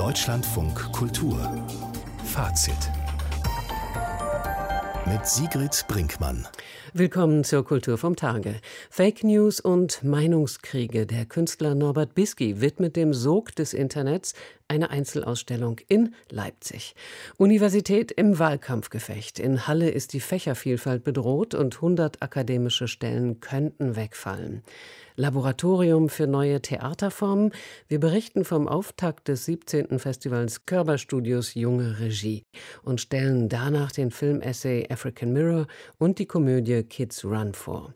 Deutschlandfunk Kultur Fazit mit Sigrid Brinkmann. Willkommen zur Kultur vom Tage. Fake News und Meinungskriege. Der Künstler Norbert Bisky widmet dem Sog des Internets eine Einzelausstellung in Leipzig. Universität im Wahlkampfgefecht. In Halle ist die Fächervielfalt bedroht und 100 akademische Stellen könnten wegfallen. Laboratorium für neue Theaterformen. Wir berichten vom Auftakt des 17. Festivals Körperstudios Junge Regie und stellen danach den Filmessay African Mirror und die Komödie Kids Run vor.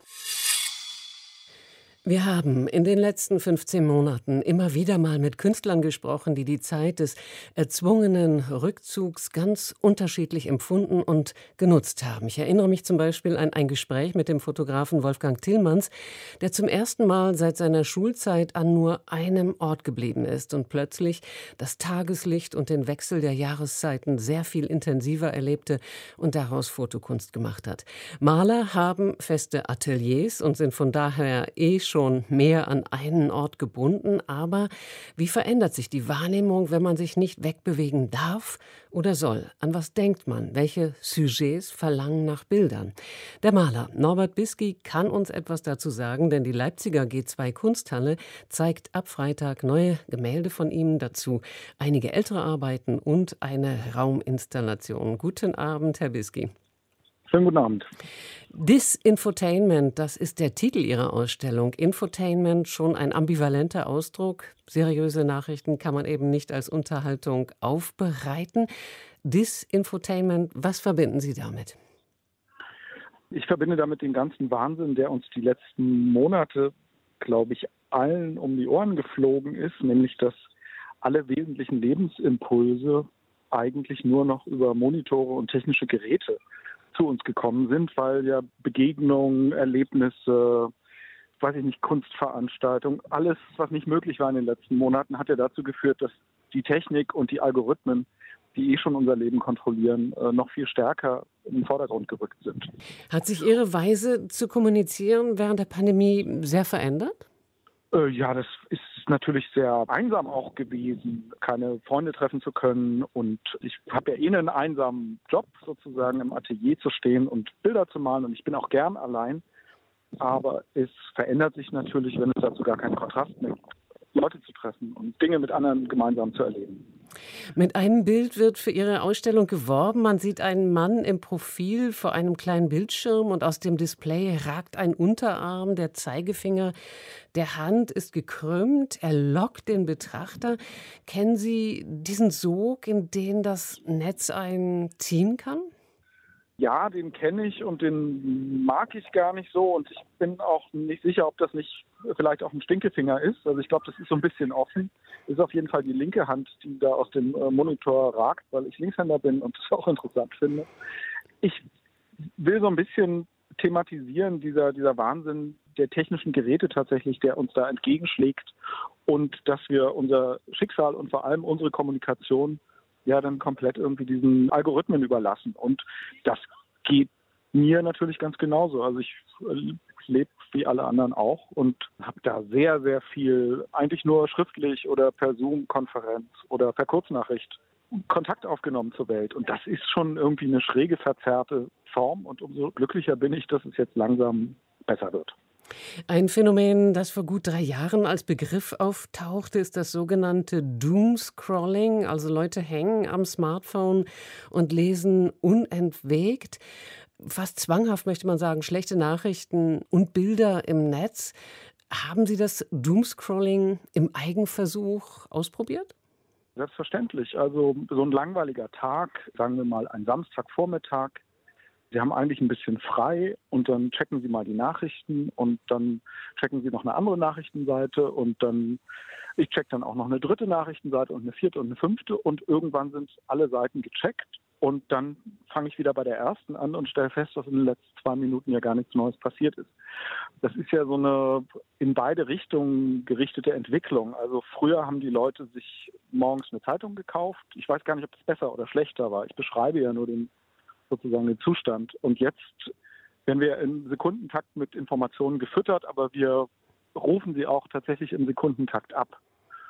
Wir haben in den letzten 15 Monaten immer wieder mal mit Künstlern gesprochen, die die Zeit des erzwungenen Rückzugs ganz unterschiedlich empfunden und genutzt haben. Ich erinnere mich zum Beispiel an ein Gespräch mit dem Fotografen Wolfgang Tillmanns, der zum ersten Mal seit seiner Schulzeit an nur einem Ort geblieben ist und plötzlich das Tageslicht und den Wechsel der Jahreszeiten sehr viel intensiver erlebte und daraus Fotokunst gemacht hat. Maler haben feste Ateliers und sind von daher schon mehr an einen Ort gebunden, aber wie verändert sich die Wahrnehmung, wenn man sich nicht wegbewegen darf oder soll? An was denkt man? Welche Sujets verlangen nach Bildern? Der Maler Norbert Bisky kann uns etwas dazu sagen, denn die Leipziger G2 Kunsthalle zeigt ab Freitag neue Gemälde von ihm, dazu einige ältere Arbeiten und eine Rauminstallation. Guten Abend, Herr Bisky. Schönen guten Abend. Disinfotainment, das ist der Titel Ihrer Ausstellung. Infotainment, schon ein ambivalenter Ausdruck. Seriöse Nachrichten kann man eben nicht als Unterhaltung aufbereiten. Disinfotainment, was verbinden Sie damit? Ich verbinde damit den ganzen Wahnsinn, der uns die letzten Monate, glaube ich, allen um die Ohren geflogen ist, nämlich dass alle wesentlichen Lebensimpulse eigentlich nur noch über Monitore und technische Geräte zu uns gekommen sind, weil ja Begegnungen, Erlebnisse, weiß ich nicht, Kunstveranstaltungen, alles, was nicht möglich war in den letzten Monaten, hat ja dazu geführt, dass die Technik und die Algorithmen, die schon unser Leben kontrollieren, noch viel stärker in den Vordergrund gerückt sind. Hat sich Ihre Weise zu kommunizieren während der Pandemie sehr verändert? Ja, das ist natürlich sehr einsam auch gewesen, keine Freunde treffen zu können. Und ich habe ja einen einsamen Job, sozusagen im Atelier zu stehen und Bilder zu malen. Und ich bin auch gern allein. Aber es verändert sich natürlich, wenn es dazu gar keinen Kontrast mehr gibt, Leute zu treffen und Dinge mit anderen gemeinsam zu erleben. Mit einem Bild wird für Ihre Ausstellung geworben. Man sieht einen Mann im Profil vor einem kleinen Bildschirm und aus dem Display ragt ein Unterarm, der Zeigefinger der Hand ist gekrümmt, er lockt den Betrachter. Kennen Sie diesen Sog, in den das Netz einen ziehen kann? Ja, den kenne ich und den mag ich gar nicht so und ich bin auch nicht sicher, ob das nicht vielleicht auch ein Stinkefinger ist. Also ich glaube, das ist so ein bisschen offen. Ist auf jeden Fall die linke Hand, die da aus dem Monitor ragt, weil ich Linkshänder bin und das auch interessant finde. Ich will so ein bisschen thematisieren, dieser Wahnsinn der technischen Geräte tatsächlich, der uns da entgegenschlägt und dass wir unser Schicksal und vor allem unsere Kommunikation ja dann komplett irgendwie diesen Algorithmen überlassen. Und das geht mir natürlich ganz genauso. Also ich lebe wie alle anderen auch und habe da sehr, sehr viel, eigentlich nur schriftlich oder per Zoom-Konferenz oder per Kurznachricht Kontakt aufgenommen zur Welt. Und das ist schon irgendwie eine schräge, verzerrte Form. Und umso glücklicher bin ich, dass es jetzt langsam besser wird. Ein Phänomen, das vor gut 3 Jahren als Begriff auftauchte, ist das sogenannte Doomscrolling. Also Leute hängen am Smartphone und lesen unentwegt, fast zwanghaft möchte man sagen, schlechte Nachrichten und Bilder im Netz. Haben Sie das Doomscrolling im Eigenversuch ausprobiert? Selbstverständlich. Also so ein langweiliger Tag, sagen wir mal ein Samstagvormittag, Sie haben eigentlich ein bisschen frei und dann checken Sie mal die Nachrichten und dann checken Sie noch eine andere Nachrichtenseite und dann, ich check dann auch noch eine dritte Nachrichtenseite und eine vierte und eine fünfte und irgendwann sind alle Seiten gecheckt und dann fange ich wieder bei der ersten an und stelle fest, dass in den letzten 2 Minuten ja gar nichts Neues passiert ist. Das ist ja so eine in beide Richtungen gerichtete Entwicklung. Also früher haben die Leute sich morgens eine Zeitung gekauft. Ich weiß gar nicht, ob es besser oder schlechter war. Ich beschreibe ja nur sozusagen den Zustand. Und jetzt werden wir im Sekundentakt mit Informationen gefüttert, aber wir rufen sie auch tatsächlich im Sekundentakt ab.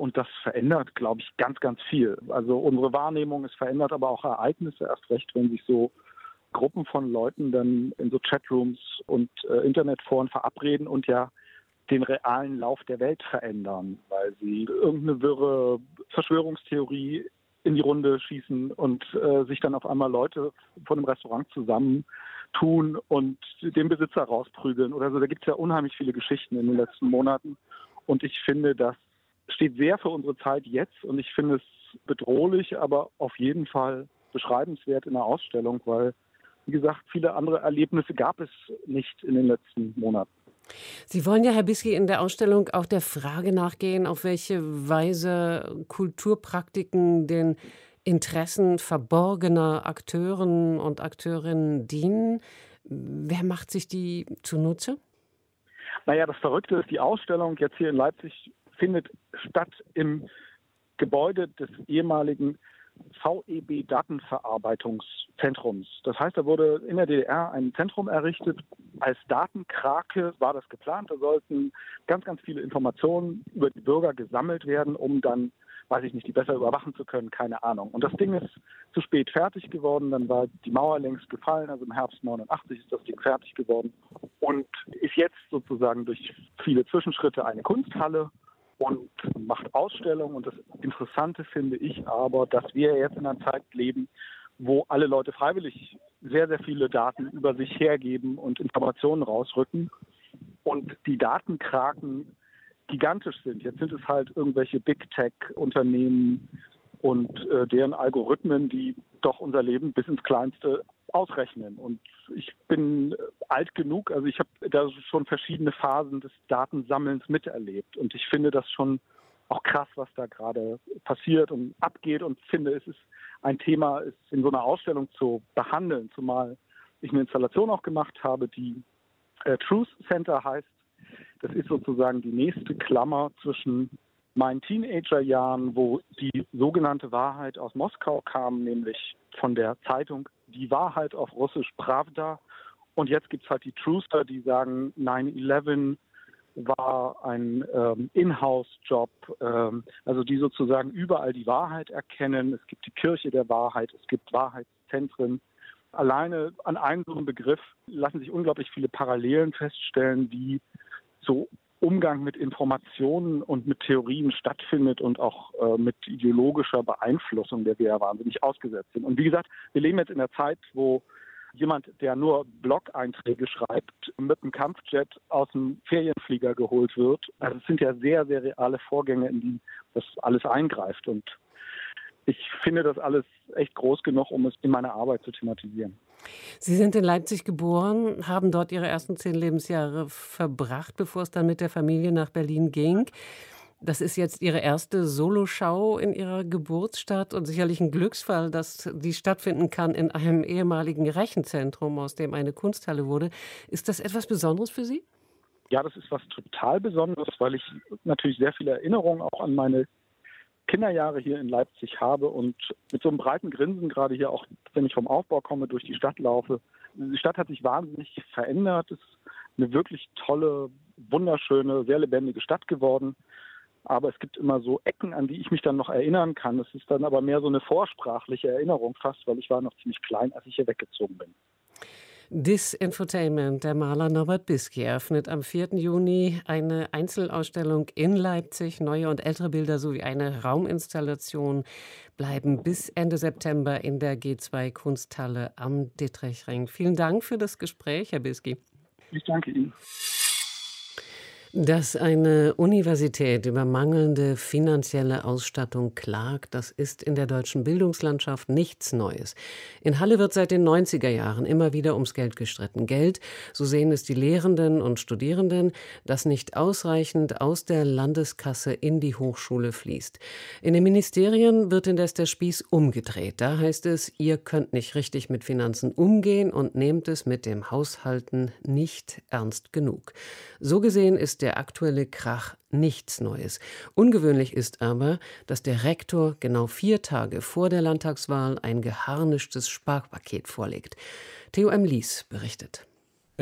Und das verändert, glaube ich, ganz, ganz viel. Also unsere Wahrnehmung, es verändert aber auch Ereignisse, erst recht, wenn sich so Gruppen von Leuten dann in so Chatrooms und Internetforen verabreden und ja den realen Lauf der Welt verändern, weil sie irgendeine wirre Verschwörungstheorie in die Runde schießen und sich dann auf einmal Leute von einem Restaurant zusammentun und den Besitzer rausprügeln oder so. Da gibt es ja unheimlich viele Geschichten in den letzten Monaten. Und ich finde, das steht sehr für unsere Zeit jetzt und ich finde es bedrohlich, aber auf jeden Fall beschreibenswert in der Ausstellung, weil, wie gesagt, viele andere Erlebnisse gab es nicht in den letzten Monaten. Sie wollen ja, Herr Bisky, in der Ausstellung auch der Frage nachgehen, auf welche Weise Kulturpraktiken den Interessen verborgener Akteuren und Akteurinnen dienen. Wer macht sich die zunutze? Naja, das Verrückte ist, die Ausstellung jetzt hier in Leipzig findet statt im Gebäude des ehemaligen VEB-Datenverarbeitungszentrums. Das heißt, da wurde in der DDR ein Zentrum errichtet. Als Datenkrake war das geplant. Da sollten ganz, ganz viele Informationen über die Bürger gesammelt werden, um dann, weiß ich nicht, die besser überwachen zu können, keine Ahnung. Und das Ding ist zu spät fertig geworden. Dann war die Mauer längst gefallen. Also im Herbst 89 ist das Ding fertig geworden und ist jetzt sozusagen durch viele Zwischenschritte eine Kunsthalle und macht Ausstellungen. Und das Interessante finde ich aber, dass wir jetzt in einer Zeit leben, wo alle Leute freiwillig sehr, sehr viele Daten über sich hergeben und Informationen rausrücken und die Datenkraken gigantisch sind. Jetzt sind es halt irgendwelche Big-Tech-Unternehmen und deren Algorithmen, die doch unser Leben bis ins Kleinste ausrechnen. Und ich bin alt genug, also ich habe da schon verschiedene Phasen des Datensammelns miterlebt. Und ich finde das schon auch krass, was da gerade passiert und abgeht. Und finde, es ist ein Thema, es in so einer Ausstellung zu behandeln. Zumal ich eine Installation auch gemacht habe, die Truth Center heißt. Das ist sozusagen die nächste Klammer zwischen meinen Teenagerjahren, wo die sogenannte Wahrheit aus Moskau kam, nämlich von der Zeitung Die Wahrheit auf Russisch Pravda. Und jetzt gibt es halt die Truther, die sagen, 9/11 war ein Inhouse-Job, also die sozusagen überall die Wahrheit erkennen. Es gibt die Kirche der Wahrheit, es gibt Wahrheitszentren. Alleine an einem so einem Begriff lassen sich unglaublich viele Parallelen feststellen, wie so Umgang mit Informationen und mit Theorien stattfindet und auch mit ideologischer Beeinflussung, der wir ja wahnsinnig ausgesetzt sind. Und wie gesagt, wir leben jetzt in einer Zeit, wo jemand, der nur Blog-Einträge schreibt, mit einem Kampfjet aus dem Ferienflieger geholt wird. Also es sind ja sehr, sehr reale Vorgänge, in die das alles eingreift. Und ich finde das alles echt groß genug, um es in meiner Arbeit zu thematisieren. Sie sind in Leipzig geboren, haben dort Ihre ersten 10 Lebensjahre verbracht, bevor es dann mit der Familie nach Berlin ging. Das ist jetzt Ihre erste Soloschau in Ihrer Geburtsstadt und sicherlich ein Glücksfall, dass die stattfinden kann in einem ehemaligen Rechenzentrum, aus dem eine Kunsthalle wurde. Ist das etwas Besonderes für Sie? Ja, das ist was total Besonderes, weil ich natürlich sehr viele Erinnerungen auch an meine Kinderjahre hier in Leipzig habe und mit so einem breiten Grinsen gerade hier auch, wenn ich vom Aufbau komme, durch die Stadt laufe. Die Stadt hat sich wahnsinnig verändert. Es ist eine wirklich tolle, wunderschöne, sehr lebendige Stadt geworden. Aber es gibt immer so Ecken, an die ich mich dann noch erinnern kann. Es ist dann aber mehr so eine vorsprachliche Erinnerung fast, weil ich war noch ziemlich klein, als ich hier weggezogen bin. Disinfotainment, der Maler Norbert Bisky, eröffnet am 4. Juni eine Einzelausstellung in Leipzig. Neue und ältere Bilder sowie eine Rauminstallation bleiben bis Ende September in der G2 Kunsthalle am Dittrichring. Vielen Dank für das Gespräch, Herr Bisky. Ich danke Ihnen. Dass eine Universität über mangelnde finanzielle Ausstattung klagt, das ist in der deutschen Bildungslandschaft nichts Neues. In Halle wird seit den 90er Jahren immer wieder ums Geld gestritten. Geld, so sehen es die Lehrenden und Studierenden, das nicht ausreichend aus der Landeskasse in die Hochschule fließt. In den Ministerien wird indes der Spieß umgedreht. Da heißt es, ihr könnt nicht richtig mit Finanzen umgehen und nehmt es mit dem Haushalten nicht ernst genug. So gesehen ist der aktuelle Krach nichts Neues. Ungewöhnlich ist aber, dass der Rektor genau 4 Tage vor der Landtagswahl ein geharnischtes Sparpaket vorlegt. Theo M. Lies berichtet.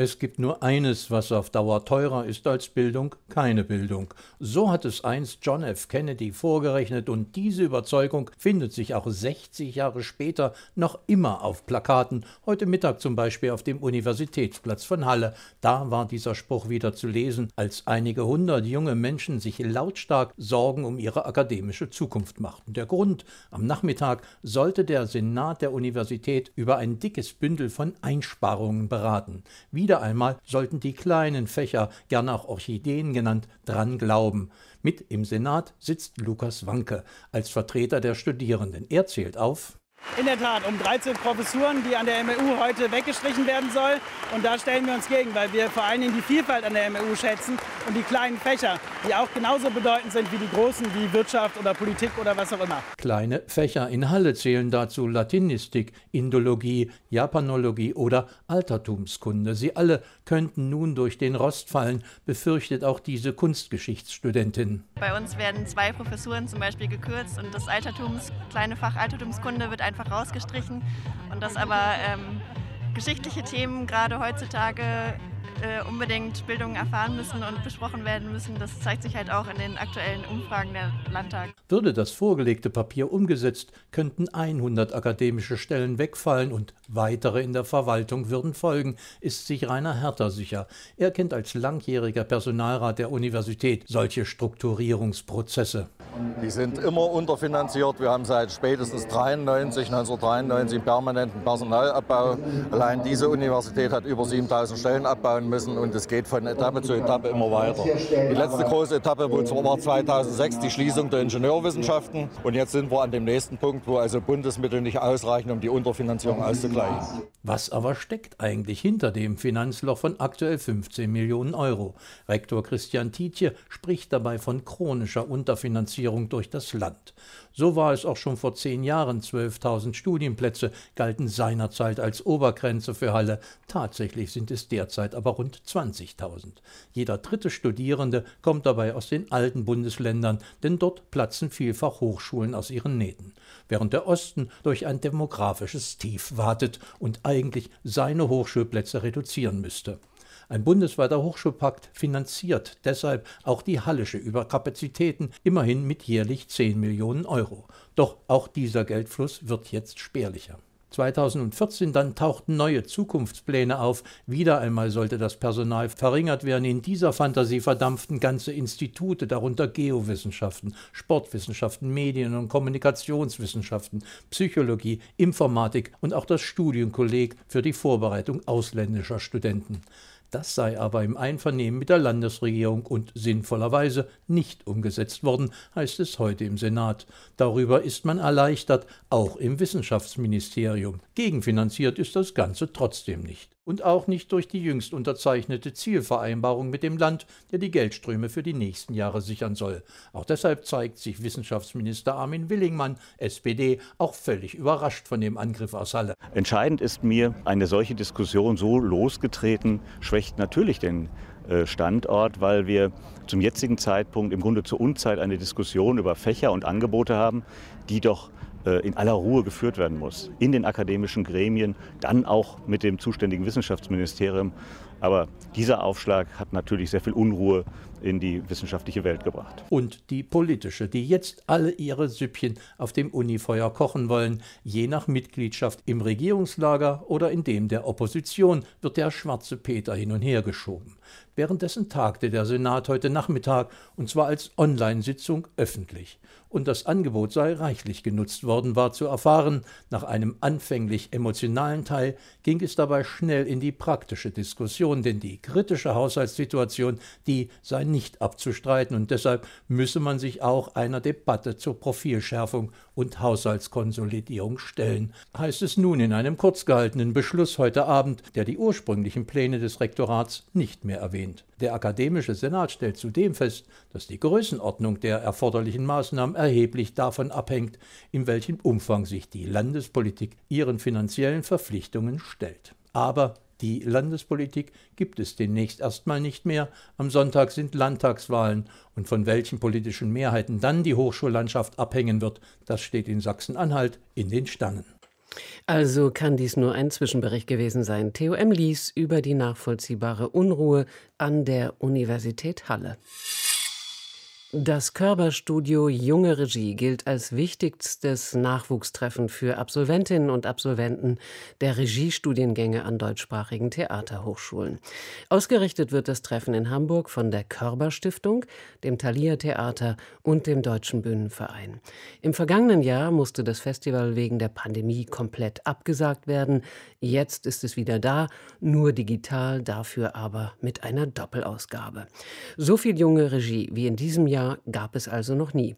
Es gibt nur eines, was auf Dauer teurer ist als Bildung, keine Bildung. So hat es einst John F. Kennedy vorgerechnet und diese Überzeugung findet sich auch 60 Jahre später noch immer auf Plakaten, heute Mittag zum Beispiel auf dem Universitätsplatz von Halle. Da war dieser Spruch wieder zu lesen, als einige hundert junge Menschen sich lautstark Sorgen um ihre akademische Zukunft machten. Der Grund: am Nachmittag sollte der Senat der Universität über ein dickes Bündel von Einsparungen beraten. Wieder einmal sollten die kleinen Fächer, gerne auch Orchideen genannt, dran glauben. Mit im Senat sitzt Lukas Wanke als Vertreter der Studierenden. Er zählt auf: In der Tat, um 13 Professuren, die an der MRU heute weggestrichen werden soll. Und da stellen wir uns gegen, weil wir vor allen Dingen die Vielfalt an der MRU schätzen und die kleinen Fächer, die auch genauso bedeutend sind wie die großen, wie Wirtschaft oder Politik oder was auch immer. Kleine Fächer in Halle zählen dazu Latinistik, Indologie, Japanologie oder Altertumskunde. Sie alle könnten nun durch den Rost fallen, befürchtet auch diese Kunstgeschichtsstudentin. Bei uns werden 2 Professuren zum Beispiel gekürzt und das kleine Fach Altertumskunde wird einfach rausgestrichen. Und dass aber geschichtliche Themen gerade heutzutage unbedingt Bildung erfahren müssen und besprochen werden müssen, das zeigt sich halt auch in den aktuellen Umfragen der Landtag. Würde das vorgelegte Papier umgesetzt, könnten 100 akademische Stellen wegfallen und weitere in der Verwaltung würden folgen, ist sich Rainer Herter sicher. Er kennt als langjähriger Personalrat der Universität solche Strukturierungsprozesse. Die sind immer unterfinanziert. Wir haben seit spätestens 1993 einen permanenten Personalabbau. Allein diese Universität hat über 7.000 Stellen abbauen müssen und es geht von Etappe zu Etappe immer weiter. Die letzte große Etappe war 2006 die Schließung der Ingenieurwissenschaften und jetzt sind wir an dem nächsten Punkt, wo also Bundesmittel nicht ausreichen, um die Unterfinanzierung auszugleichen. Was aber steckt eigentlich hinter dem Finanzloch von aktuell 15 Millionen Euro? Rektor Christian Tiedje spricht dabei von chronischer Unterfinanzierung durch das Land. So war es auch schon vor 10 Jahren. 12.000 Studienplätze galten seinerzeit als Obergrenze für Halle. Tatsächlich sind es derzeit aber rund 20.000. Jeder dritte Studierende kommt dabei aus den alten Bundesländern, denn dort platzen vielfach Hochschulen aus ihren Nähten. Während der Osten durch ein demografisches Tief wartet und eigentlich seine Hochschulplätze reduzieren müsste. Ein bundesweiter Hochschulpakt finanziert deshalb auch die hallische Überkapazitäten, immerhin mit jährlich 10 Millionen Euro. Doch auch dieser Geldfluss wird jetzt spärlicher. 2014 dann tauchten neue Zukunftspläne auf. Wieder einmal sollte das Personal verringert werden. In dieser Fantasie verdampften ganze Institute, darunter Geowissenschaften, Sportwissenschaften, Medien- und Kommunikationswissenschaften, Psychologie, Informatik und auch das Studienkolleg für die Vorbereitung ausländischer Studenten. Das sei aber im Einvernehmen mit der Landesregierung und sinnvollerweise nicht umgesetzt worden, heißt es heute im Senat. Darüber ist man erleichtert, auch im Wissenschaftsministerium. Gegenfinanziert ist das Ganze trotzdem nicht. Und auch nicht durch die jüngst unterzeichnete Zielvereinbarung mit dem Land, der die Geldströme für die nächsten Jahre sichern soll. Auch deshalb zeigt sich Wissenschaftsminister Armin Willingmann, SPD, auch völlig überrascht von dem Angriff aus Halle. Entscheidend ist mir, eine solche Diskussion so losgetreten, schwächt natürlich den Standort, weil wir zum jetzigen Zeitpunkt im Grunde zur Unzeit eine Diskussion über Fächer und Angebote haben, die doch in aller Ruhe geführt werden muss. In den akademischen Gremien, dann auch mit dem zuständigen Wissenschaftsministerium. Aber dieser Aufschlag hat natürlich sehr viel Unruhe in die wissenschaftliche Welt gebracht. Und die politische, die jetzt alle ihre Süppchen auf dem Unifeuer kochen wollen. Je nach Mitgliedschaft im Regierungslager oder in dem der Opposition wird der schwarze Peter hin und her geschoben. Währenddessen tagte der Senat heute Nachmittag, und zwar als Online-Sitzung öffentlich. Und das Angebot sei reichlich genutzt worden, war zu erfahren. Nach einem anfänglich emotionalen Teil ging es dabei schnell in die praktische Diskussion, denn die kritische Haushaltssituation, die sei nicht abzustreiten und deshalb müsse man sich auch einer Debatte zur Profilschärfung und Haushaltskonsolidierung stellen, heißt es nun in einem kurz gehaltenen Beschluss heute Abend, der die ursprünglichen Pläne des Rektorats nicht mehr erwähnt. Der akademische Senat stellt zudem fest, dass die Größenordnung der erforderlichen Maßnahmen erheblich davon abhängt, in welchem Umfang sich die Landespolitik ihren finanziellen Verpflichtungen stellt. Aber die Landespolitik gibt es demnächst erstmal nicht mehr. Am Sonntag sind Landtagswahlen und von welchen politischen Mehrheiten dann die Hochschullandschaft abhängen wird, das steht in Sachsen-Anhalt in den Sternen. Also kann dies nur ein Zwischenbericht gewesen sein. Theo M. Lies über die nachvollziehbare Unruhe an der Universität Halle. Das Körber-Studio Junge Regie gilt als wichtigstes Nachwuchstreffen für Absolventinnen und Absolventen der Regiestudiengänge an deutschsprachigen Theaterhochschulen. Ausgerichtet wird das Treffen in Hamburg von der Körber-Stiftung, dem Thalia Theater und dem Deutschen Bühnenverein. Im vergangenen Jahr musste das Festival wegen der Pandemie komplett abgesagt werden. Jetzt ist es wieder da, nur digital, dafür aber mit einer Doppelausgabe. So viel junge Regie wie in diesem Jahr gab es also noch nie.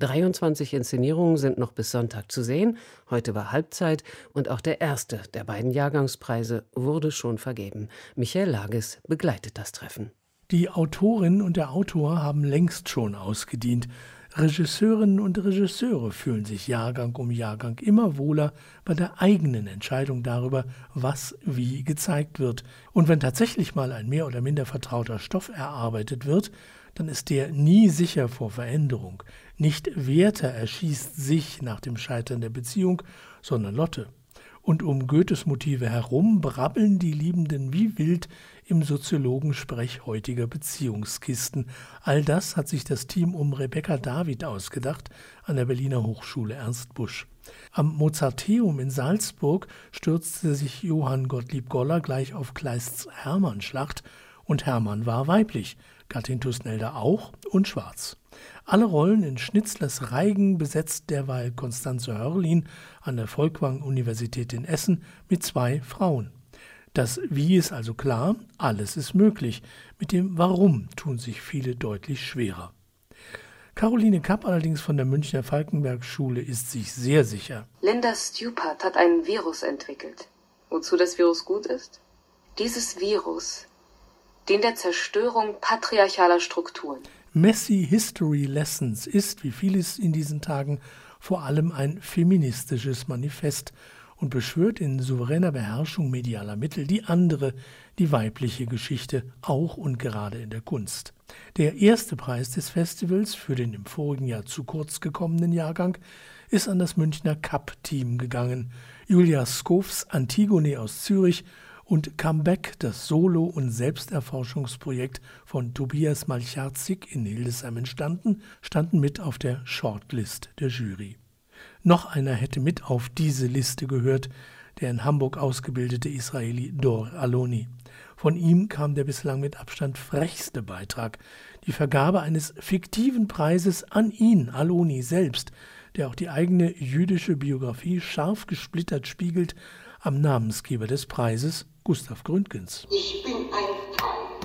23 Inszenierungen sind noch bis Sonntag zu sehen. Heute war Halbzeit und auch der erste der beiden Jahrgangspreise wurde schon vergeben. Michael Lages begleitet das Treffen. Die Autorin und der Autor haben längst schon ausgedient. Regisseurinnen und Regisseure fühlen sich Jahrgang um Jahrgang immer wohler bei der eigenen Entscheidung darüber, was wie gezeigt wird. Und wenn tatsächlich mal ein mehr oder minder vertrauter Stoff erarbeitet wird, dann ist der nie sicher vor Veränderung. Nicht Werther erschießt sich nach dem Scheitern der Beziehung, sondern Lotte. Und um Goethes Motive herum brabbeln die Liebenden wie wild im Soziologensprech heutiger Beziehungskisten. All das hat sich das Team um Rebecca David ausgedacht an der Berliner Hochschule Ernst Busch. Am Mozarteum in Salzburg stürzte sich Johann Gottlieb Goller gleich auf Kleists Hermannschlacht und Hermann war weiblich, Gattin Thusnelda auch und schwarz. Alle Rollen in Schnitzlers Reigen besetzt derweil Constanze Hörlin an der Folkwang-Universität in Essen mit 2 Frauen. Das Wie ist also klar, alles ist möglich. Mit dem Warum tun sich viele deutlich schwerer. Caroline Kapp allerdings von der Münchner Falkenberg-Schule ist sich sehr sicher. Linda Stupart hat einen Virus entwickelt. Wozu das Virus gut ist? Dieses Virus dient der Zerstörung patriarchaler Strukturen. Messy History Lessons ist, wie vieles in diesen Tagen, vor allem ein feministisches Manifest und beschwört in souveräner Beherrschung medialer Mittel die andere, die weibliche Geschichte, auch und gerade in der Kunst. Der erste Preis des Festivals für den im vorigen Jahr zu kurz gekommenen Jahrgang ist an das Münchner Kapp-Team gegangen. Julia Skofs Antigone aus Zürich und Comeback, das Solo- und Selbsterforschungsprojekt von Tobias Malcharzig in Hildesheim entstanden, standen mit auf der Shortlist der Jury. Noch einer hätte mit auf diese Liste gehört, der in Hamburg ausgebildete Israeli Dor Aloni. Von ihm kam der bislang mit Abstand frechste Beitrag, die Vergabe eines fiktiven Preises an ihn, Aloni selbst, der auch die eigene jüdische Biografie scharf gesplittert spiegelt, am Namensgeber des Preises, Gustav Gründgens. Ich bin ein Teil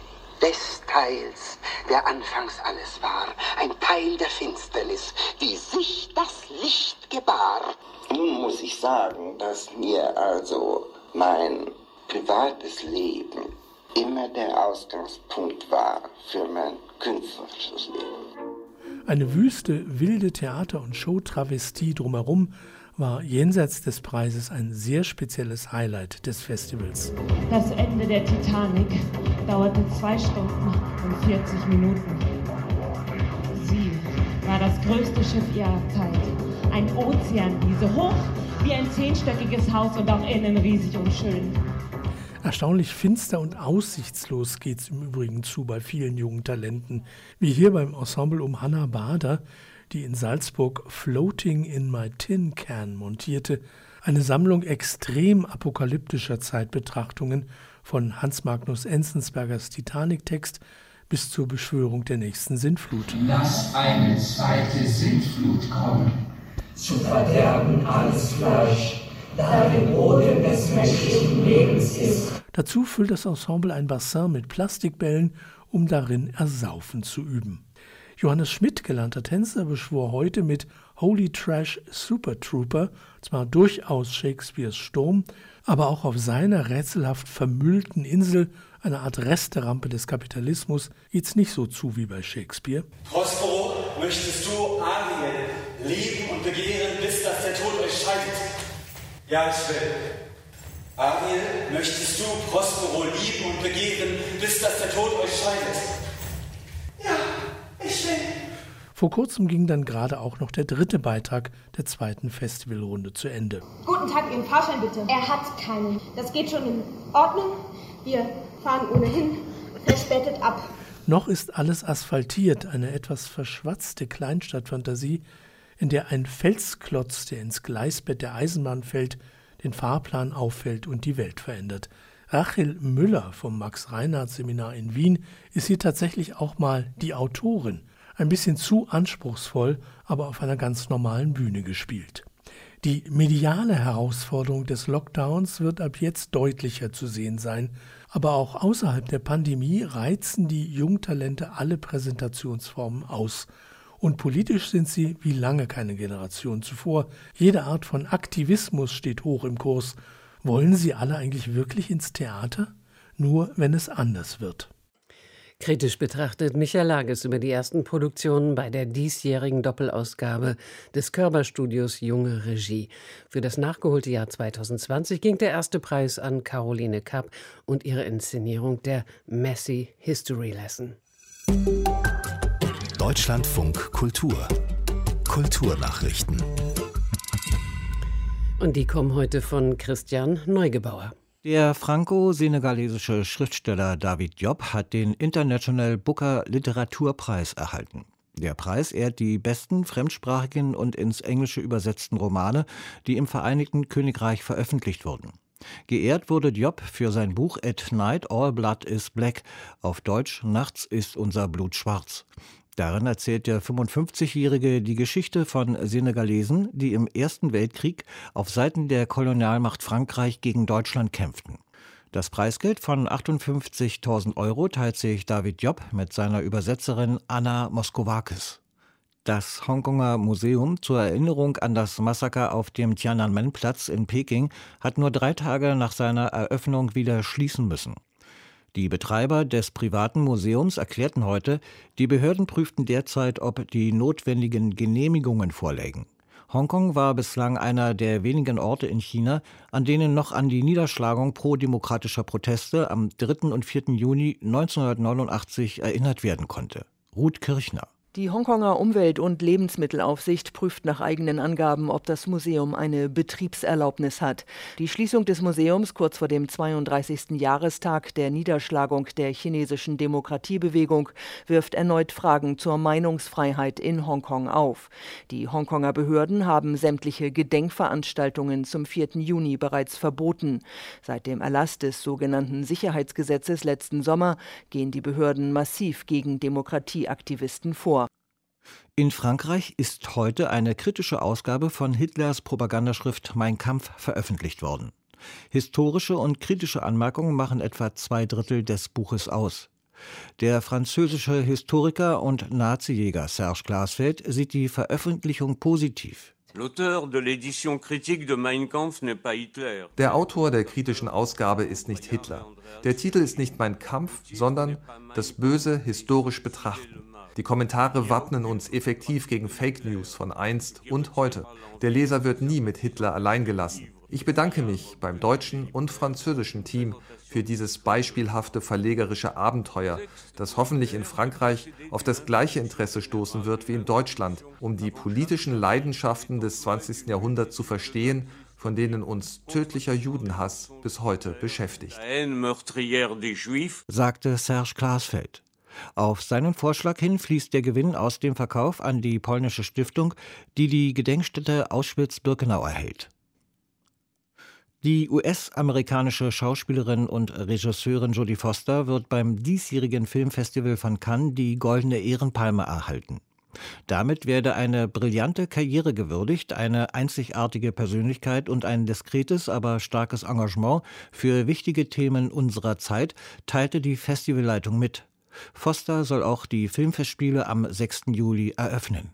des Teils, der anfangs alles war, ein Teil der Finsternis, die sich das Licht gebar. Nun muss ich sagen, dass mir also mein privates Leben immer der Ausgangspunkt war für mein künstlerisches Leben. Eine wüste, wilde Theater- und Show-Travestie drumherum war jenseits des Preises ein sehr spezielles Highlight des Festivals. Das Ende der Titanic dauerte 2 Stunden und 40 Minuten. Sie war das größte Schiff ihrer Zeit. Ein Ozeanriese, hoch wie ein 10-stöckiges Haus und auch innen riesig und schön. Erstaunlich finster und aussichtslos geht's im Übrigen zu bei vielen jungen Talenten, wie hier beim Ensemble um Hannah Bader, die in Salzburg Floating in My Tin Can montierte, eine Sammlung extrem apokalyptischer Zeitbetrachtungen von Hans Magnus Enzensbergers Titanic-Text bis zur Beschwörung der nächsten Sintflut. Lass eine zweite Sintflut kommen. Zu verderben alles Fleisch, da der Boden des menschlichen Lebens ist. Dazu füllt das Ensemble ein Bassin mit Plastikbällen, um darin Ersaufen zu üben. Johannes Schmidt, gelernter Tänzer, beschwor heute mit Holy Trash Super Trooper zwar durchaus Shakespeares Sturm, aber auch auf seiner rätselhaft vermüllten Insel, eine Art Resterampe des Kapitalismus, geht's nicht so zu wie bei Shakespeare. Prospero, möchtest du Ariel lieben und begehren, bis dass der Tod euch scheidet? Ja, ich will. Ariel, möchtest du Prospero lieben und begehren, bis dass der Tod euch scheidet? Ja, ich will. Vor kurzem ging dann gerade auch noch der 3. Beitrag der 2. Festivalrunde zu Ende. Guten Tag, Ihren Fahrschein bitte. Er hat keinen. Das geht schon in Ordnung. Wir fahren ohnehin verspätet ab. Noch ist alles asphaltiert, eine etwas verschwatzte Kleinstadtfantasie, in der ein Felsklotz, der ins Gleisbett der Eisenbahn fällt, den Fahrplan auffällt und die Welt verändert. Rachel Müller vom Max-Reinhardt-Seminar in Wien ist hier tatsächlich auch mal die Autorin. Ein bisschen zu anspruchsvoll, aber auf einer ganz normalen Bühne gespielt. Die mediale Herausforderung des Lockdowns wird ab jetzt deutlicher zu sehen sein. Aber auch außerhalb der Pandemie reizen die Jungtalente alle Präsentationsformen aus. Und politisch sind sie wie lange keine Generation zuvor. Jede Art von Aktivismus steht hoch im Kurs. Wollen sie alle eigentlich wirklich ins Theater? Nur wenn es anders wird. Kritisch betrachtet Michael Lages über die ersten Produktionen bei der diesjährigen Doppelausgabe des Körber-Studios Junge Regie. Für das nachgeholte Jahr 2020 ging der erste Preis an Caroline Kapp und ihre Inszenierung der Messy History Lesson. Deutschlandfunk Kultur. Kulturnachrichten. Und die kommen heute von Christian Neugebauer. Der franco-senegalesische Schriftsteller David Diop hat den International Booker Literaturpreis erhalten. Der Preis ehrt die besten fremdsprachigen und ins Englische übersetzten Romane, die im Vereinigten Königreich veröffentlicht wurden. Geehrt wurde Diop für sein Buch At Night All Blood is Black, auf Deutsch Nachts ist unser Blut schwarz. Darin erzählt der 55-Jährige die Geschichte von Senegalesen, die im Ersten Weltkrieg auf Seiten der Kolonialmacht Frankreich gegen Deutschland kämpften. Das Preisgeld von 58.000 € teilt sich David Diop mit seiner Übersetzerin Anna Moskowakis. Das Hongkonger Museum zur Erinnerung an das Massaker auf dem Tiananmen-Platz in Peking hat nur 3 Tage nach seiner Eröffnung wieder schließen müssen. Die Betreiber des privaten Museums erklärten heute, die Behörden prüften derzeit, ob die notwendigen Genehmigungen vorlägen. Hongkong war bislang einer der wenigen Orte in China, an denen noch an die Niederschlagung pro-demokratischer Proteste am 3. und 4. Juni 1989 erinnert werden konnte. Ruth Kirchner. Die Hongkonger Umwelt- und Lebensmittelaufsicht prüft nach eigenen Angaben, ob das Museum eine Betriebserlaubnis hat. Die Schließung des Museums kurz vor dem 32. Jahrestag der Niederschlagung der chinesischen Demokratiebewegung wirft erneut Fragen zur Meinungsfreiheit in Hongkong auf. Die Hongkonger Behörden haben sämtliche Gedenkveranstaltungen zum 4. Juni bereits verboten. Seit dem Erlass des sogenannten Sicherheitsgesetzes letzten Sommer gehen die Behörden massiv gegen Demokratieaktivisten vor. In Frankreich ist heute eine kritische Ausgabe von Hitlers Propagandaschrift Mein Kampf veröffentlicht worden. Historische und kritische Anmerkungen machen etwa 2/3 des Buches aus. Der französische Historiker und Nazijäger Serge Glasfeld sieht die Veröffentlichung positiv. Der Autor der kritischen Ausgabe ist nicht Hitler. Der Titel ist nicht Mein Kampf, sondern Das Böse historisch betrachten. Die Kommentare wappnen uns effektiv gegen Fake News von einst und heute. Der Leser wird nie mit Hitler allein gelassen. Ich bedanke mich beim deutschen und französischen Team für dieses beispielhafte verlegerische Abenteuer, das hoffentlich in Frankreich auf das gleiche Interesse stoßen wird wie in Deutschland, um die politischen Leidenschaften des 20. Jahrhunderts zu verstehen, von denen uns tödlicher Judenhass bis heute beschäftigt, sagte Serge Glasfeld. Auf seinen Vorschlag hin fließt der Gewinn aus dem Verkauf an die polnische Stiftung, die die Gedenkstätte Auschwitz-Birkenau erhält. Die US-amerikanische Schauspielerin und Regisseurin Jodie Foster wird beim diesjährigen Filmfestival von Cannes die Goldene Ehrenpalme erhalten. Damit werde eine brillante Karriere gewürdigt, eine einzigartige Persönlichkeit und ein diskretes, aber starkes Engagement für wichtige Themen unserer Zeit, teilte die Festivalleitung mit. Foster soll auch die Filmfestspiele am 6. Juli eröffnen.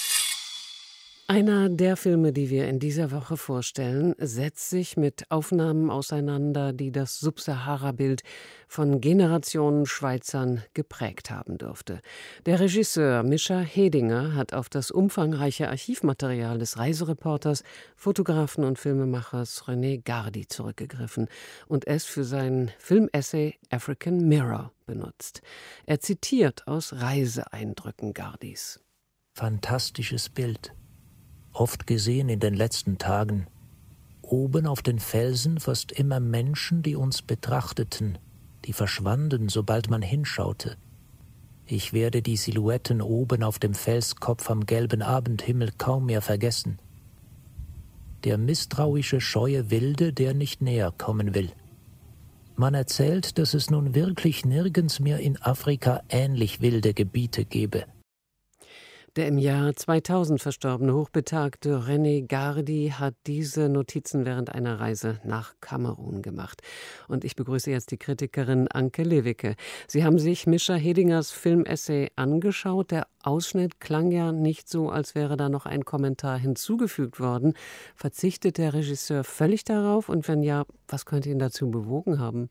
Einer der Filme, die wir in dieser Woche vorstellen, setzt sich mit Aufnahmen auseinander, die das Subsahara-Bild von Generationen Schweizern geprägt haben dürfte. Der Regisseur Mischa Hedinger hat auf das umfangreiche Archivmaterial des Reisereporters, Fotografen und Filmemachers René Gardy zurückgegriffen und es für sein Filmessay African Mirror benutzt. Er zitiert aus Reiseeindrücken Gardys. fantastisches Bild, oft gesehen in den letzten Tagen. Oben auf den Felsen fast immer Menschen, die uns betrachteten, die verschwanden, sobald man hinschaute. Ich werde die Silhouetten oben auf dem Felskopf am gelben Abendhimmel kaum mehr vergessen. Der misstrauische, scheue Wilde, der nicht näher kommen will. Man erzählt, dass es nun wirklich nirgends mehr in Afrika ähnlich wilde Gebiete gebe. Der im Jahr 2000 verstorbene Hochbetagte René Gardi hat diese Notizen während einer Reise nach Kamerun gemacht. Und ich begrüße jetzt die Kritikerin Anke Lewicke. Sie haben sich Mischa Hedingers Filmessay angeschaut. Der Ausschnitt klang ja nicht so, als wäre da noch ein Kommentar hinzugefügt worden. Verzichtet der Regisseur völlig darauf? Und wenn ja, was könnte ihn dazu bewogen haben?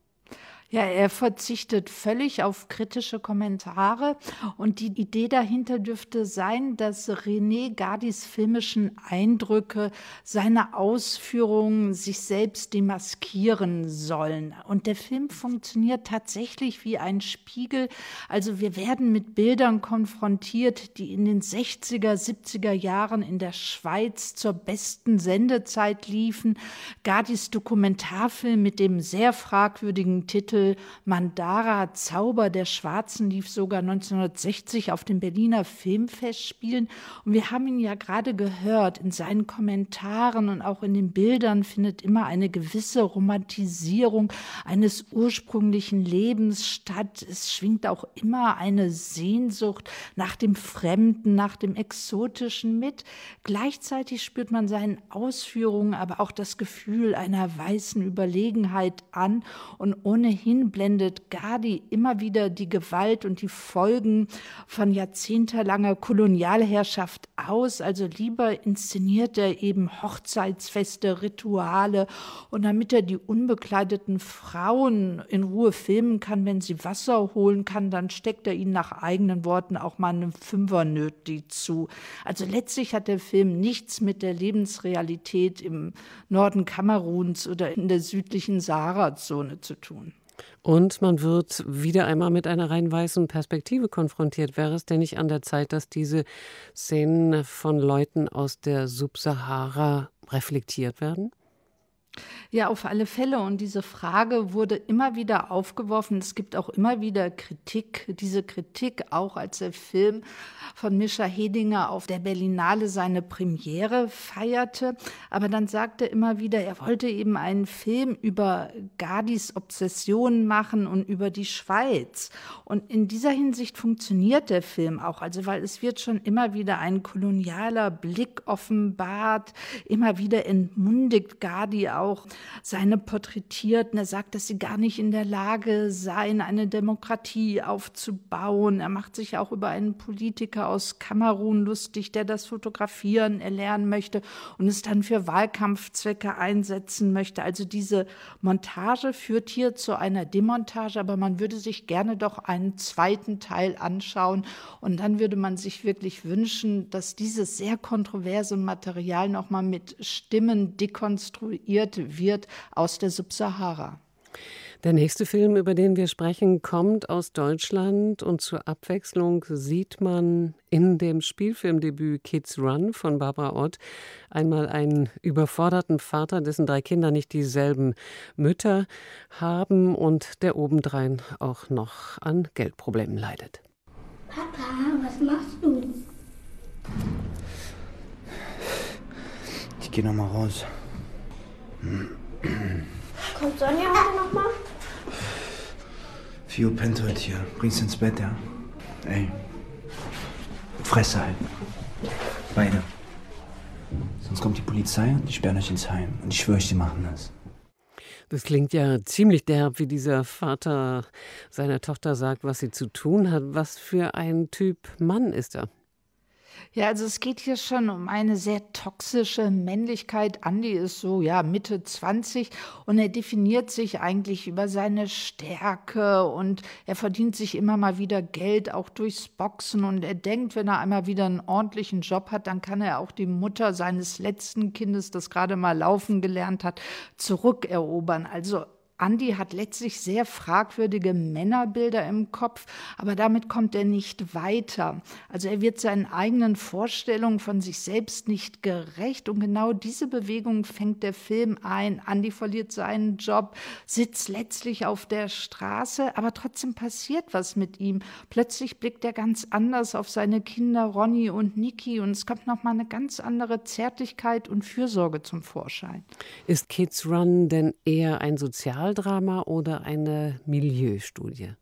Ja, er verzichtet völlig auf kritische Kommentare und die Idee dahinter dürfte sein, dass René Gardis filmischen Eindrücke, seine Ausführungen sich selbst demaskieren sollen. Und der Film funktioniert tatsächlich wie ein Spiegel. Also wir werden mit Bildern konfrontiert, die in den 60er, 70er Jahren in der Schweiz zur besten Sendezeit liefen. Gardis Dokumentarfilm mit dem sehr fragwürdigen Titel Mandara, Zauber der Schwarzen, lief sogar 1960 auf den Berliner Filmfestspielen. Und wir haben ihn ja gerade gehört, in seinen Kommentaren und auch in den Bildern findet immer eine gewisse Romantisierung eines ursprünglichen Lebens statt. Es schwingt auch immer eine Sehnsucht nach dem Fremden, nach dem Exotischen mit. Gleichzeitig spürt man seinen Ausführungen aber auch das Gefühl einer weißen Überlegenheit an und ohnehin blendet Gardi immer wieder die Gewalt und die Folgen von jahrzehntelanger Kolonialherrschaft aus. Also lieber inszeniert er eben Hochzeitsfeste, Rituale und damit er die unbekleideten Frauen in Ruhe filmen kann, wenn sie Wasser holen kann, dann steckt er ihnen nach eigenen Worten auch mal einen Fünfernötli zu. Also letztlich hat der Film nichts mit der Lebensrealität im Norden Kameruns oder in der südlichen Sahara-Zone zu tun. Und man wird wieder einmal mit einer rein weißen Perspektive konfrontiert. Wäre es denn nicht an der Zeit, dass diese Szenen von Leuten aus der Subsahara reflektiert werden? Ja, auf alle Fälle. Und diese Frage wurde immer wieder aufgeworfen. Es gibt auch immer wieder Kritik. Diese Kritik, auch als der Film von Mischa Hedinger auf der Berlinale seine Premiere feierte. Aber dann sagte er immer wieder, er wollte eben einen Film über Gardis Obsessionen machen und über die Schweiz. Und in dieser Hinsicht funktioniert der Film auch. Also, weil es wird schon immer wieder ein kolonialer Blick offenbart. Immer wieder entmundigt Gardi auch seine Porträtierten. Er sagt, dass sie gar nicht in der Lage seien, eine Demokratie aufzubauen. Er macht sich auch über einen Politiker aus Kamerun lustig, der das Fotografieren erlernen möchte und es dann für Wahlkampfzwecke einsetzen möchte. Also diese Montage führt hier zu einer Demontage, aber man würde sich gerne doch einen zweiten Teil anschauen und dann würde man sich wirklich wünschen, dass dieses sehr kontroverse Material nochmal mit Stimmen dekonstruiert wird aus der Subsahara. Der nächste Film, über den wir sprechen, kommt aus Deutschland und zur Abwechslung sieht man in dem Spielfilmdebüt Kids Run von Barbara Ott einmal einen überforderten Vater, dessen 3 Kinder nicht dieselben Mütter haben und der obendrein auch noch an Geldproblemen leidet. Papa, was machst du? Ich gehe noch mal raus. Kommt Sonja heute noch mal? Fio pennt heute hier. Bring's ins Bett, ja? Ey. Fresse halten. Beide. Sonst kommt die Polizei und die sperren euch ins Heim. Und ich schwöre, die machen das. Das klingt ja ziemlich derb, wie dieser Vater seiner Tochter sagt, was sie zu tun hat. Was für ein Typ Mann ist er? Ja, also es geht hier schon um eine sehr toxische Männlichkeit. Andi ist so, ja, Mitte 20 und er definiert sich eigentlich über seine Stärke und er verdient sich immer mal wieder Geld, auch durchs Boxen und er denkt, wenn er einmal wieder einen ordentlichen Job hat, dann kann er auch die Mutter seines letzten Kindes, das gerade mal laufen gelernt hat, zurückerobern. Also Andi hat letztlich sehr fragwürdige Männerbilder im Kopf, aber damit kommt er nicht weiter. Also er wird seinen eigenen Vorstellungen von sich selbst nicht gerecht und genau diese Bewegung fängt der Film ein. Andi verliert seinen Job, sitzt letztlich auf der Straße, aber trotzdem passiert was mit ihm. Plötzlich blickt er ganz anders auf seine Kinder Ronny und Niki und es kommt nochmal eine ganz andere Zärtlichkeit und Fürsorge zum Vorschein. Ist Kids Run denn eher ein Sozialdrama oder eine Milieustudie?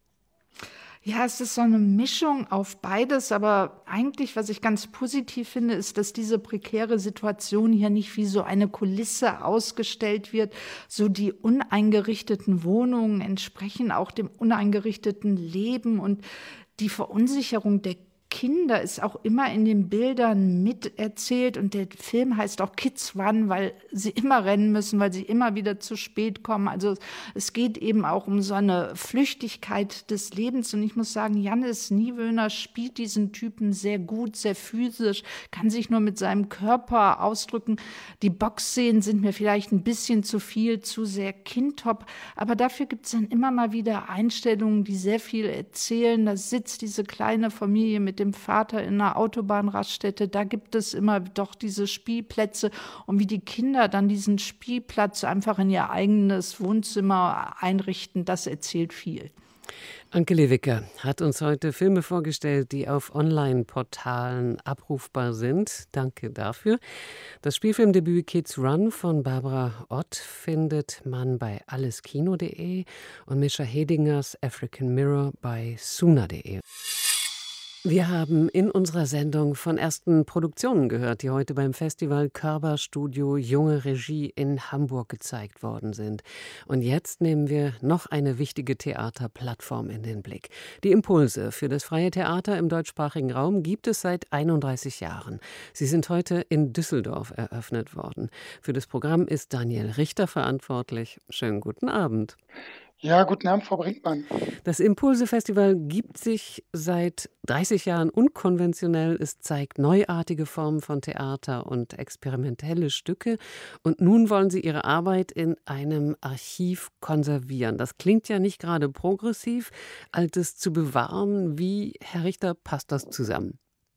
Ja, es ist so eine Mischung auf beides, aber eigentlich, was ich ganz positiv finde, ist, dass diese prekäre Situation hier nicht wie so eine Kulisse ausgestellt wird. So die uneingerichteten Wohnungen entsprechen auch dem uneingerichteten Leben und die Verunsicherung der Kinder ist auch immer in den Bildern miterzählt und der Film heißt auch Kids Run, weil sie immer rennen müssen, weil sie immer wieder zu spät kommen. Also es geht eben auch um so eine Flüchtigkeit des Lebens und ich muss sagen, Jannis Niewöhner spielt diesen Typen sehr gut, sehr physisch, kann sich nur mit seinem Körper ausdrücken. Die Boxszenen sind mir vielleicht ein bisschen zu viel, zu sehr Kindtop, aber dafür gibt es dann immer mal wieder Einstellungen, die sehr viel erzählen. Da sitzt diese kleine Familie mit dem Vater in einer Autobahnraststätte, da gibt es immer doch diese Spielplätze und wie die Kinder dann diesen Spielplatz einfach in ihr eigenes Wohnzimmer einrichten, das erzählt viel. Anke Lewicker hat uns heute Filme vorgestellt, die auf Online-Portalen abrufbar sind. Danke dafür. Das Spielfilmdebüt Kids Run von Barbara Ott findet man bei alleskino.de und Mischa Hedingers African Mirror bei suna.de. Wir haben in unserer Sendung von ersten Produktionen gehört, die heute beim Festival Körperstudio Junge Regie in Hamburg gezeigt worden sind. Und jetzt nehmen wir noch eine wichtige Theaterplattform in den Blick. Die Impulse für das freie Theater im deutschsprachigen Raum gibt es seit 31 Jahren. Sie sind heute in Düsseldorf eröffnet worden. Für das Programm ist Daniel Richter verantwortlich. Schönen guten Abend. Ja, guten Abend, Frau Brinkmann. Das Impulse-Festival gibt sich seit 30 Jahren unkonventionell. Es zeigt neuartige Formen von Theater und experimentelle Stücke. Und nun wollen Sie Ihre Arbeit in einem Archiv konservieren. Das klingt ja nicht gerade progressiv. Altes zu bewahren, wie, Herr Richter, passt das zusammen?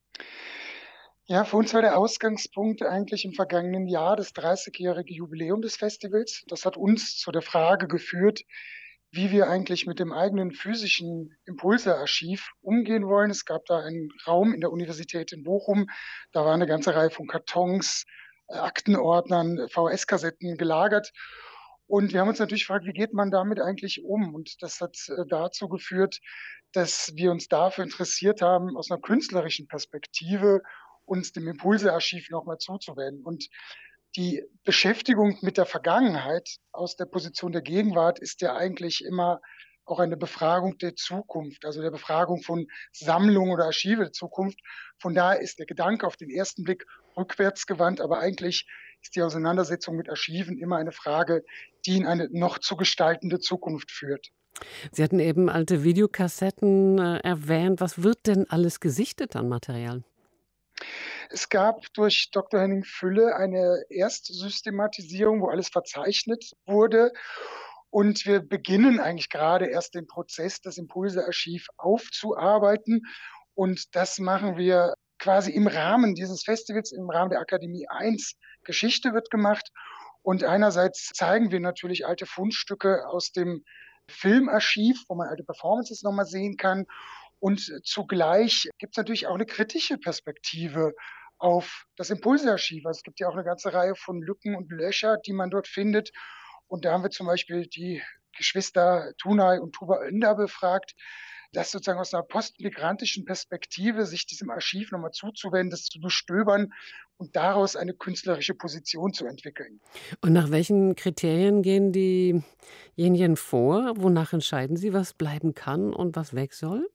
Ja, für uns war der Ausgangspunkt eigentlich im vergangenen Jahr das 30-jährige Jubiläum des Festivals. Das hat uns zu der Frage geführt, wie wir eigentlich mit dem eigenen physischen Impulse-Archiv umgehen wollen. Es gab da einen Raum in der Universität in Bochum. Da war eine ganze Reihe von Kartons, Aktenordnern, VHS-Kassetten gelagert. Und wir haben uns natürlich gefragt, wie geht man damit eigentlich um? Und das hat dazu geführt, dass wir uns dafür interessiert haben, aus einer künstlerischen Perspektive uns dem Impulse-Archiv nochmal zuzuwenden. Und die Beschäftigung mit der Vergangenheit aus der Position der Gegenwart ist ja eigentlich immer auch eine Befragung der Zukunft, also der Befragung von Sammlungen oder Archive der Zukunft. Von daher ist der Gedanke auf den ersten Blick rückwärts gewandt, aber eigentlich ist die Auseinandersetzung mit Archiven immer eine Frage, die in eine noch zu gestaltende Zukunft führt. Sie hatten eben alte Videokassetten erwähnt. Was wird denn alles gesichtet an Material? Es gab durch Dr. Henning Fülle eine Erstsystematisierung, wo alles verzeichnet wurde. Und wir beginnen eigentlich gerade erst den Prozess, das Impulse-Archiv aufzuarbeiten. Und das machen wir quasi im Rahmen dieses Festivals, im Rahmen der Akademie 1. Geschichte wird gemacht. Und einerseits zeigen wir natürlich alte Fundstücke aus dem Filmarchiv, wo man alte Performances nochmal sehen kann. Und zugleich gibt es natürlich auch eine kritische Perspektive auf das Impulse-Archiv. Also es gibt ja auch eine ganze Reihe von Lücken und Löcher, die man dort findet. Und da haben wir zum Beispiel die Geschwister Tunay und Tuba Önder befragt, dass sozusagen aus einer postmigrantischen Perspektive sich diesem Archiv nochmal zuzuwenden, das zu bestöbern und daraus eine künstlerische Position zu entwickeln. Und nach welchen Kriterien gehen diejenigen vor? Wonach entscheiden Sie, was bleiben kann und was weg soll?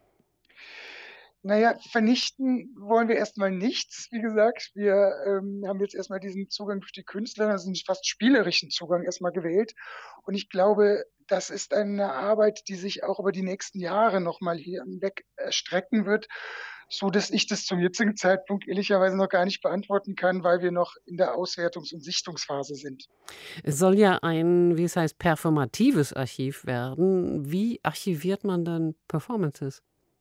Naja, vernichten wollen wir erstmal nichts. Wie gesagt, wir haben jetzt erstmal diesen Zugang durch die Künstler, also einen fast spielerischen Zugang erstmal gewählt. Und ich glaube, das ist eine Arbeit, die sich auch über die nächsten Jahre nochmal hier hinweg erstrecken wird, so dass ich das zum jetzigen Zeitpunkt ehrlicherweise noch gar nicht beantworten kann, weil wir noch in der Auswertungs- und Sichtungsphase sind. Es soll ja ein, wie es heißt, performatives Archiv werden. Wie archiviert man dann Performances?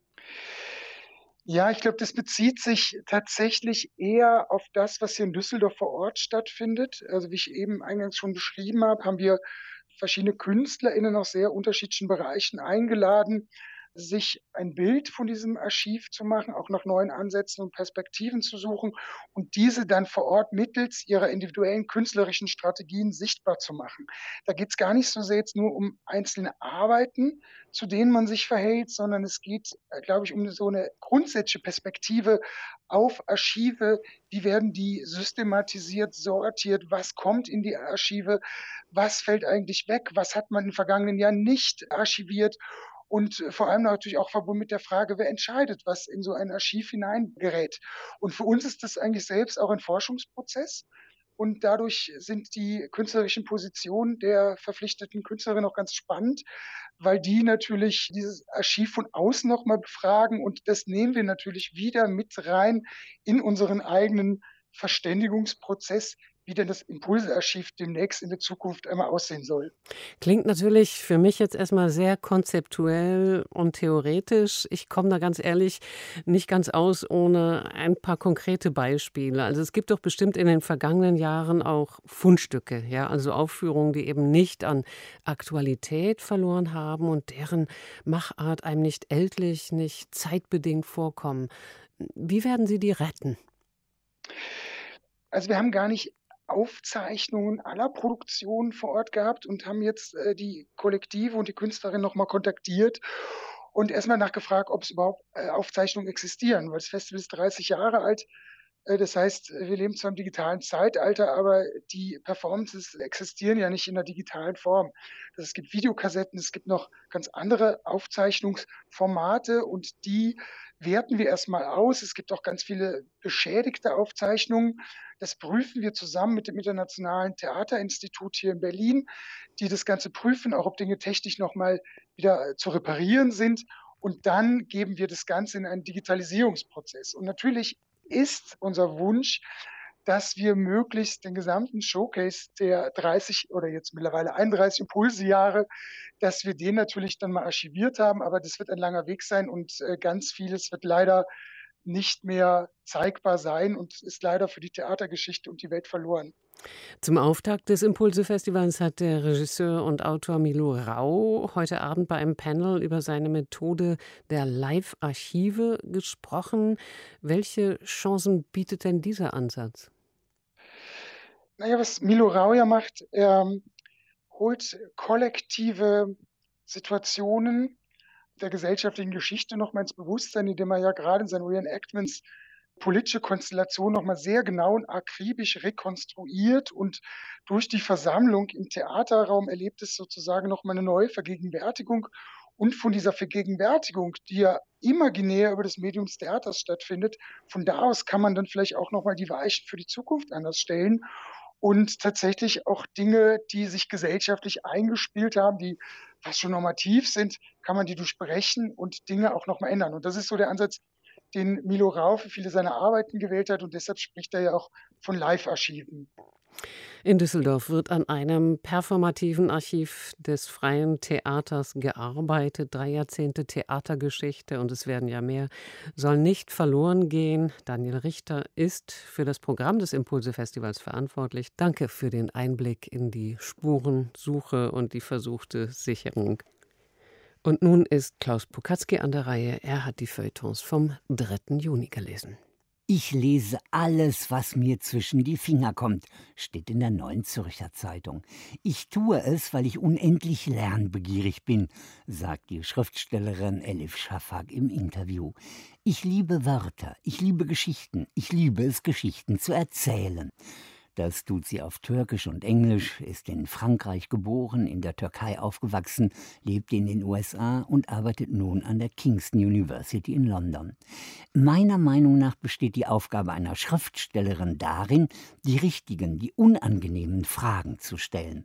Ja, ich glaube, das bezieht sich tatsächlich eher auf das, was hier in Düsseldorf vor Ort stattfindet. Also wie ich eben eingangs schon beschrieben habe, haben wir verschiedene KünstlerInnen aus sehr unterschiedlichen Bereichen eingeladen, sich ein Bild von diesem Archiv zu machen, auch nach neuen Ansätzen und Perspektiven zu suchen und diese dann vor Ort mittels ihrer individuellen künstlerischen Strategien sichtbar zu machen. Da geht es gar nicht so sehr jetzt nur um einzelne Arbeiten, zu denen man sich verhält, sondern es geht, glaube ich, um so eine grundsätzliche Perspektive auf Archive. Wie werden die systematisiert, sortiert? Was kommt in die Archive? Was fällt eigentlich weg? Was hat man in den vergangenen Jahren nicht archiviert? Und vor allem natürlich auch verbunden mit der Frage, wer entscheidet, was in so ein Archiv hineingerät. Und für uns ist das eigentlich selbst auch ein Forschungsprozess. Und dadurch sind die künstlerischen Positionen der verpflichteten Künstlerin auch ganz spannend, weil die natürlich dieses Archiv von außen nochmal befragen. Und das nehmen wir natürlich wieder mit rein in unseren eigenen Verständigungsprozess, wie denn das Impulse-Archiv demnächst in der Zukunft einmal aussehen soll. Klingt natürlich für mich jetzt erstmal sehr konzeptuell und theoretisch. Ich komme da ganz ehrlich nicht ganz aus ohne ein paar konkrete Beispiele. Also es gibt doch bestimmt in den vergangenen Jahren auch Fundstücke, ja, also Aufführungen, die eben nicht an Aktualität verloren haben und deren Machart einem nicht ältlich, nicht zeitbedingt vorkommen. Wie werden Sie die retten? Also wir haben gar nicht Aufzeichnungen aller Produktionen vor Ort gehabt und haben jetzt die Kollektive und die Künstlerin nochmal kontaktiert und erstmal nachgefragt, ob es überhaupt Aufzeichnungen existieren, weil das Festival ist 30 Jahre alt. Das heißt, wir leben zwar im digitalen Zeitalter, aber die Performances existieren ja nicht in der digitalen Form. Es gibt Videokassetten, es gibt noch ganz andere Aufzeichnungsformate und die werten wir erstmal aus. Es gibt auch ganz viele beschädigte Aufzeichnungen. Das prüfen wir zusammen mit dem Internationalen Theaterinstitut hier in Berlin, die das Ganze prüfen, auch ob Dinge technisch nochmal wieder zu reparieren sind. Und dann geben wir das Ganze in einen Digitalisierungsprozess. Und natürlich ist unser Wunsch, dass wir möglichst den gesamten Showcase der 30 oder jetzt mittlerweile 31 Impulse-Jahre, dass wir den natürlich dann mal archiviert haben. Aber das wird ein langer Weg sein und ganz vieles wird leider nicht mehr zeigbar sein und ist leider für die Theatergeschichte und die Welt verloren. Zum Auftakt des Impulse-Festivals hat der Regisseur und Autor Milo Rau heute Abend bei einem Panel über seine Methode der Live-Archive gesprochen. Welche Chancen bietet denn dieser Ansatz? Naja, was Milo Rau ja macht, er holt kollektive Situationen der gesellschaftlichen Geschichte noch mal ins Bewusstsein, indem er ja gerade in seinen Reenactments politische Konstellation noch mal sehr genau und akribisch rekonstruiert und durch die Versammlung im Theaterraum erlebt es sozusagen noch mal eine neue Vergegenwärtigung. Und von dieser Vergegenwärtigung, die ja imaginär über das Medium des Theaters stattfindet, von da aus kann man dann vielleicht auch noch mal die Weichen für die Zukunft anders stellen und tatsächlich auch Dinge, die sich gesellschaftlich eingespielt haben, die fast schon normativ sind, kann man die durchbrechen und Dinge auch noch mal ändern. Und das ist so der Ansatz, den Milo Rau für viele seiner Arbeiten gewählt hat und deshalb spricht er ja auch von Live-Archiven. In Düsseldorf wird an einem performativen Archiv des Freien Theaters gearbeitet. 3 Jahrzehnte Theatergeschichte und es werden ja mehr, soll nicht verloren gehen. Daniel Richter ist für das Programm des Impulse-Festivals verantwortlich. Danke für den Einblick in die Spurensuche und die versuchte Sicherung. Und nun ist Klaus Pukatzki an der Reihe. Er hat die Feuilletons vom 3. Juni gelesen. Ich lese alles, was mir zwischen die Finger kommt, steht in der Neuen Zürcher Zeitung. Ich tue es, weil ich unendlich lernbegierig bin, sagt die Schriftstellerin Elif Shafak im Interview. Ich liebe Wörter, ich liebe Geschichten, ich liebe es, Geschichten zu erzählen. Das tut sie auf Türkisch und Englisch, ist in Frankreich geboren, in der Türkei aufgewachsen, lebt in den USA und arbeitet nun an der Kingston University in London. Meiner Meinung nach besteht die Aufgabe einer Schriftstellerin darin, die richtigen, die unangenehmen Fragen zu stellen.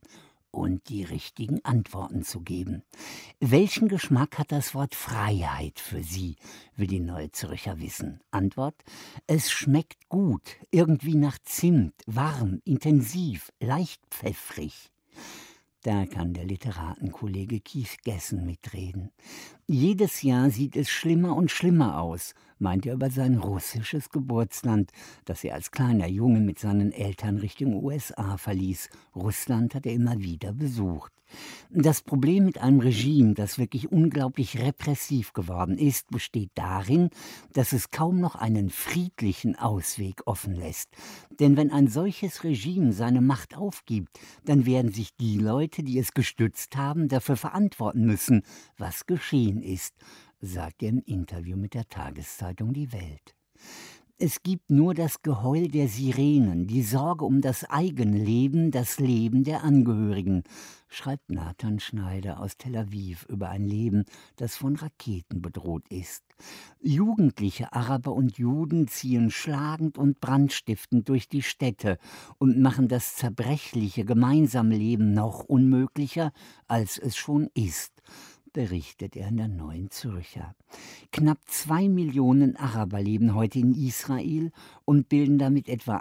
und die richtigen Antworten zu geben. Welchen Geschmack hat das Wort Freiheit für Sie, will die Neue Zürcher wissen. Antwort: Es schmeckt gut, irgendwie nach Zimt, warm, intensiv, leicht pfeffrig. Da kann der Literatenkollege Keith Gessen mitreden. Jedes Jahr sieht es schlimmer und schlimmer aus, meint er über sein russisches Geburtsland, das er als kleiner Junge mit seinen Eltern Richtung USA verließ. Russland hat er immer wieder besucht. Das Problem mit einem Regime, das wirklich unglaublich repressiv geworden ist, besteht darin, dass es kaum noch einen friedlichen Ausweg offen lässt. Denn wenn ein solches Regime seine Macht aufgibt, dann werden sich die Leute, die es gestützt haben, dafür verantworten müssen, was geschehen ist, sagt er im Interview mit der Tageszeitung Die Welt. Es gibt nur das Geheul der Sirenen, die Sorge um das eigene Leben, das Leben der Angehörigen, schreibt Nathan Schneider aus Tel Aviv über ein Leben, das von Raketen bedroht ist. Jugendliche Araber und Juden ziehen schlagend und brandstiftend durch die Städte und machen das zerbrechliche gemeinsame Leben noch unmöglicher, als es schon ist, berichtet er in der Neuen Zürcher. Knapp 2 Millionen Araber leben heute in Israel und bilden damit etwa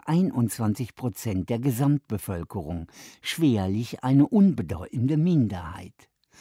21% der Gesamtbevölkerung. Schwerlich eine unbedeutende Minderheit.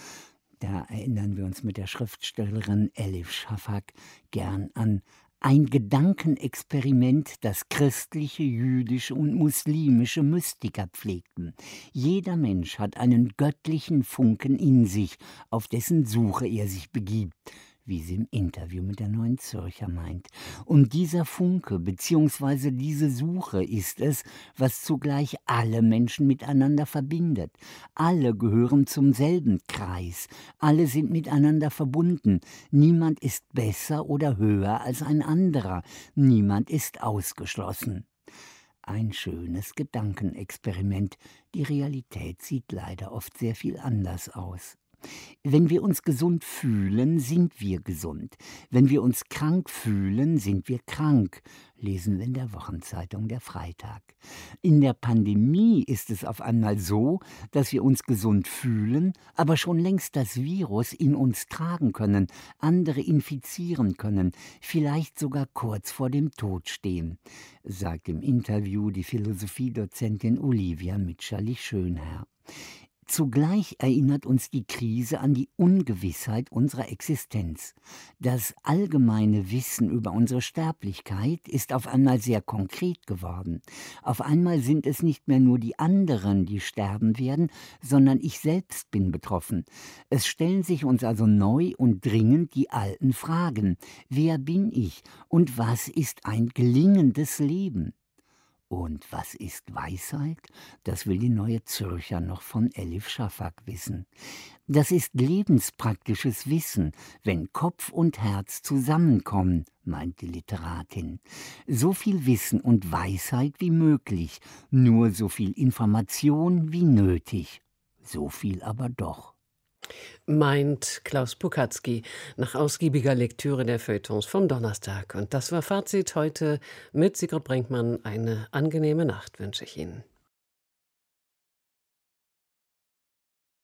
Da erinnern wir uns mit der Schriftstellerin Elif Shafak gern an ein Gedankenexperiment, das christliche, jüdische und muslimische Mystiker pflegten. Jeder Mensch hat einen göttlichen Funken in sich, auf dessen Suche er sich begibt, wie sie im Interview mit der Neuen Zürcher meint. Und dieser Funke bzw. diese Suche ist es, was zugleich alle Menschen miteinander verbindet. Alle gehören zum selben Kreis, alle sind miteinander verbunden. Niemand ist besser oder höher als ein anderer, niemand ist ausgeschlossen. Ein schönes Gedankenexperiment. Die Realität sieht leider oft sehr viel anders aus. Wenn wir uns gesund fühlen, sind wir gesund. Wenn wir uns krank fühlen, sind wir krank, lesen wir in der Wochenzeitung Der Freitag. In der Pandemie ist es auf einmal so, dass wir uns gesund fühlen, aber schon längst das Virus in uns tragen können, andere infizieren können, vielleicht sogar kurz vor dem Tod stehen, sagt im Interview die Philosophiedozentin Olivia Mitscherlich-Schönherr. Zugleich erinnert uns die Krise an die Ungewissheit unserer Existenz. Das allgemeine Wissen über unsere Sterblichkeit ist auf einmal sehr konkret geworden. Auf einmal sind es nicht mehr nur die anderen, die sterben werden, sondern ich selbst bin betroffen. Es stellen sich uns also neu und dringend die alten Fragen. Wer bin ich und was ist ein gelingendes Leben? Und was ist Weisheit? Das will die Neue Zürcher noch von Elif Shafak wissen. Das ist lebenspraktisches Wissen, wenn Kopf und Herz zusammenkommen, meint die Literatin. So viel Wissen und Weisheit wie möglich, nur so viel Information wie nötig. So viel aber doch. Meint Klaus Pukatzky nach ausgiebiger Lektüre der Feuilletons vom Donnerstag. Und das war Fazit heute mit Sigrid Brinkmann. Eine angenehme Nacht wünsche ich Ihnen.